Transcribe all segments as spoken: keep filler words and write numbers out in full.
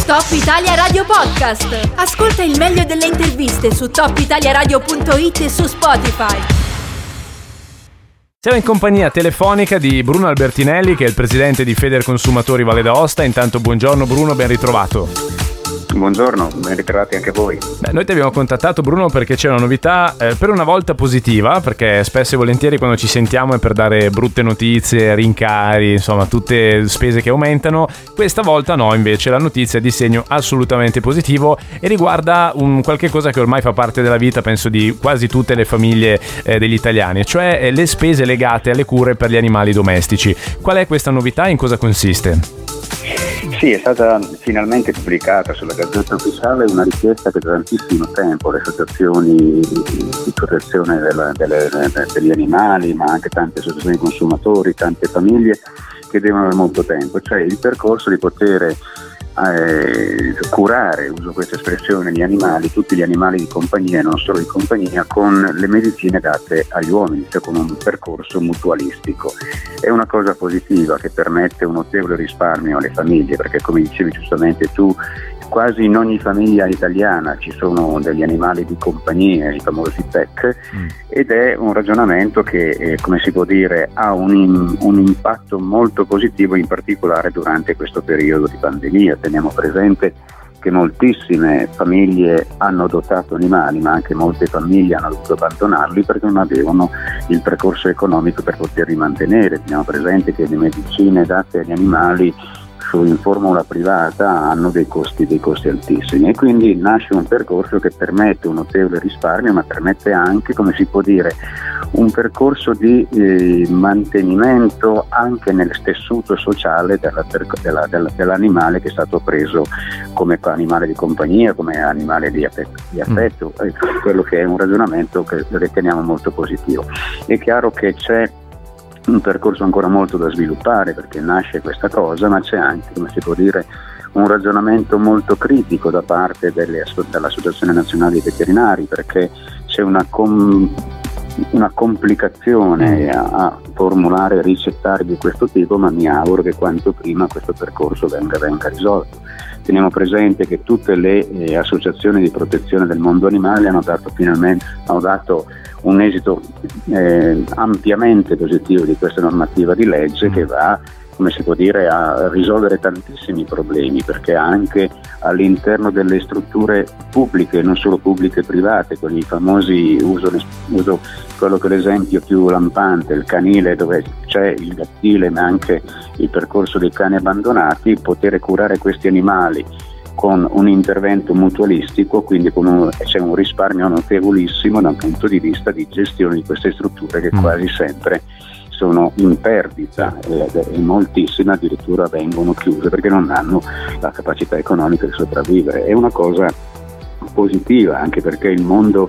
Top Italia Radio Podcast. Ascolta il meglio delle interviste su top italia radio punto it e su Spotify. Siamo in compagnia telefonica di Bruno Albertinelli, che è il presidente di Federconsumatori Valle d'Aosta. Intanto buongiorno Bruno, ben ritrovato. Buongiorno, ben ritrovati anche voi. Beh, noi ti abbiamo contattato, Bruno, perché c'è una novità eh, per una volta positiva, perché spesso e volentieri quando ci sentiamo è per dare brutte notizie, rincari, insomma tutte spese che aumentano. Questa volta no, invece la notizia è di segno assolutamente positivo e riguarda un qualche cosa che ormai fa parte della vita, penso, di quasi tutte le famiglie eh, degli italiani, cioè eh, le spese legate alle cure per gli animali domestici. Qual è questa novità e in cosa consiste? Sì, è stata finalmente pubblicata sulla Gazzetta Ufficiale una richiesta che da tantissimo tempo le associazioni di protezione della, delle, degli animali, ma anche tante associazioni di consumatori, tante famiglie chiedevano da molto tempo, cioè il percorso di poter eh, curare, uso questa espressione, gli animali, tutti gli animali di compagnia e non solo di compagnia, con le medicine date agli uomini, cioè con un percorso mutualistico. È una cosa positiva che permette un notevole risparmio alle famiglie, perché come dicevi giustamente tu, quasi in ogni famiglia italiana ci sono degli animali di compagnia, i famosi P E C, mm. ed è un ragionamento che, eh, come si può dire, ha un, in, un impatto molto positivo, in particolare durante questo periodo di pandemia. Teniamo presente che moltissime famiglie hanno adottato animali, ma anche molte famiglie hanno dovuto abbandonarli perché non avevano il percorso economico per poterli mantenere. Teniamo presente che le medicine date agli animali in formula privata hanno dei costi, dei costi altissimi, e quindi nasce un percorso che permette un notevole risparmio, ma permette anche, come si può dire, un percorso di eh, mantenimento anche nel tessuto sociale della, della, della, dell'animale che è stato preso come animale di compagnia, come animale di affetto, di affetto mm. quello che è un ragionamento che riteniamo molto positivo. È chiaro che c'è un percorso ancora molto da sviluppare, perché nasce questa cosa, ma c'è anche, come si può dire, un ragionamento molto critico da parte delle, dell'Associazione Nazionale dei Veterinari, perché c'è una, com, una complicazione a, a formulare ricettari di questo tipo, ma mi auguro che quanto prima questo percorso venga, venga risolto. Teniamo presente che tutte le eh, associazioni di protezione del mondo animale hanno dato finalmente hanno dato un esito eh, ampiamente positivo di questa normativa di legge, che va, come si può dire, a risolvere tantissimi problemi, perché anche all'interno delle strutture pubbliche, non solo pubbliche e private, con i famosi, uso, uso quello che è l'esempio più lampante, il canile, dove c'è il gattile ma anche il percorso dei cani abbandonati, poter curare questi animali con un intervento mutualistico, quindi con un, c'è un risparmio notevolissimo da un punto di vista di gestione di queste strutture che mm. quasi sempre sono in perdita e, e moltissime addirittura vengono chiuse perché non hanno la capacità economica di sopravvivere. È una cosa positiva, anche perché il mondo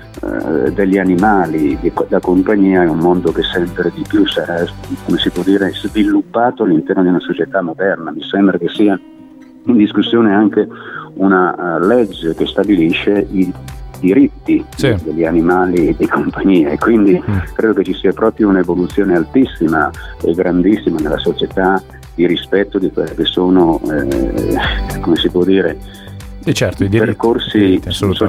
eh, degli animali di, da compagnia è un mondo che sempre di più sarà, come si può dire, sviluppato all'interno di una società moderna. Mi sembra che sia in discussione anche una uh, legge che stabilisce i diritti sì. degli animali di compagnia, e quindi mm. credo che ci sia proprio un'evoluzione altissima e grandissima nella società di rispetto di quelli che sono, eh, come si può dire, E certo, i diritti, percorsi diritti,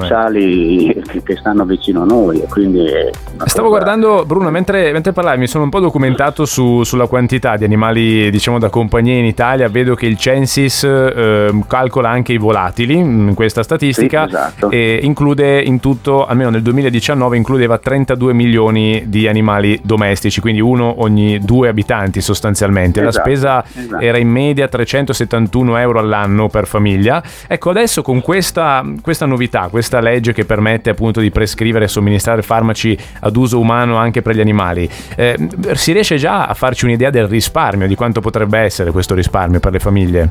sociali che, che stanno vicino a noi, e quindi stavo cosa... guardando, Bruno, mentre, mentre parlavi mi sono un po' documentato su, sulla quantità di animali, diciamo, da compagnia in Italia. Vedo che il Censis eh, calcola anche i volatili in questa statistica, sì, esatto. E include in tutto, almeno nel duemiladiciannove, includeva trentadue milioni di animali domestici, quindi uno ogni due abitanti sostanzialmente. Esatto, La spesa esatto. era in media trecentosettantuno euro all'anno per famiglia. Ecco, adesso con questa, questa novità, questa legge che permette appunto di prescrivere e somministrare farmaci ad uso umano anche per gli animali, eh, si riesce già a farci un'idea del risparmio, di quanto potrebbe essere questo risparmio per le famiglie?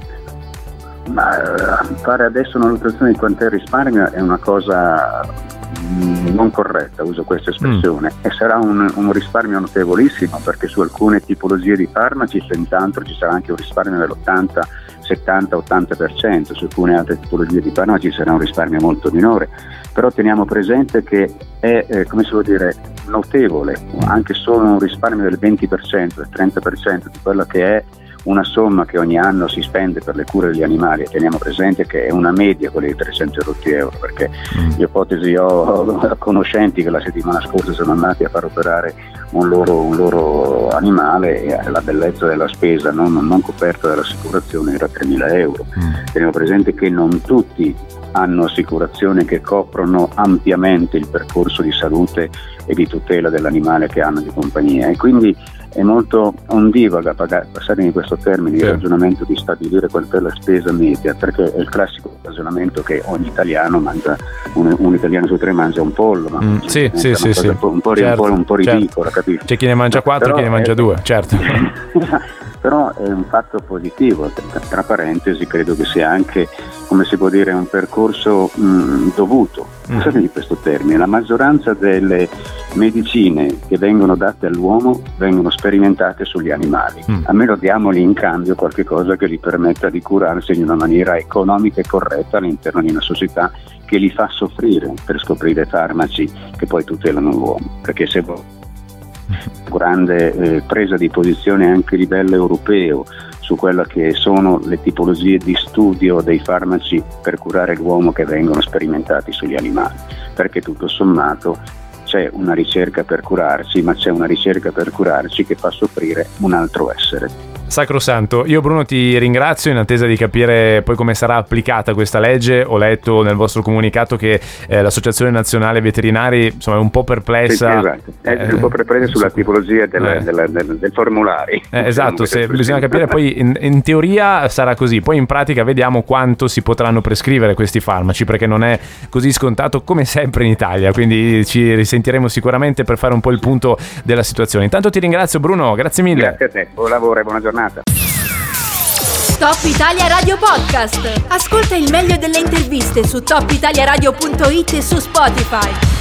Ma fare adesso una valutazione di quant'è il risparmio è una cosa non corretta, uso questa espressione, mm. e sarà un, un risparmio notevolissimo, perché su alcune tipologie di farmaci senz'altro ci sarà anche un risparmio dell'ottanta, settanta, ottanta per cento, su alcune altre tipologie di farmaci sarà un risparmio molto minore, però teniamo presente che è, eh, come si può dire, notevole, anche solo un risparmio del venti per cento, del trenta per cento di quello che è una somma che ogni anno si spende per le cure degli animali, e teniamo presente che è una media quella di trecento euro, perché mm. ipotesi io ho conoscenti che la settimana scorsa sono andati a far operare un loro, un loro animale e la bellezza della spesa non, non coperta dall'assicurazione era tremila euro. Mm. Teniamo presente che non tutti hanno assicurazioni che coprono ampiamente il percorso di salute e di tutela dell'animale che hanno di compagnia, e quindi è molto ondivaga, passare in questo termine, sì, il ragionamento di stabilire qual è la spesa media, perché è il classico ragionamento che ogni italiano mangia, un, un italiano su tre mangia un pollo, ma mm, sì, sì, sì, sì. Un po', un po', certo, un po', un po' ridicola, certo. Capisci? C'è chi ne mangia quattro, chi ne mangia è, due, certo. Però è un fatto positivo, tra parentesi credo che sia anche, come si può dire, un percorso mh, dovuto. Scusate di questo termine, la maggioranza delle medicine che vengono date all'uomo vengono sperimentate sugli animali. Mm. Almeno diamogli in cambio qualche cosa che gli permetta di curarsi in una maniera economica e corretta all'interno di una società che li fa soffrire per scoprire farmaci che poi tutelano l'uomo. Perché se grande eh, presa di posizione anche a livello europeo su quella che sono le tipologie di studio dei farmaci per curare l'uomo che vengono sperimentati sugli animali, perché tutto sommato c'è una ricerca per curarci, ma c'è una ricerca per curarci che fa soffrire un altro essere. Sacrosanto. Io Bruno ti ringrazio, in attesa di capire poi come sarà applicata questa legge. Ho letto nel vostro comunicato che eh, l'Associazione Nazionale Veterinari insomma è un po' perplessa. Sì, esatto. È eh, un po' perplessa sulla tipologia del, eh. del, del, del formulario. Eh, esatto, se, bisogna capire poi in, in teoria sarà così, poi in pratica vediamo quanto si potranno prescrivere questi farmaci, perché non è così scontato come sempre in Italia, quindi ci risentiremo sicuramente per fare un po' il punto della situazione. Intanto ti ringrazio Bruno, grazie mille. Grazie a te, buon lavoro e buona giornata. Top Italia Radio Podcast. Ascolta il meglio delle interviste su top italia radio punto it e su Spotify.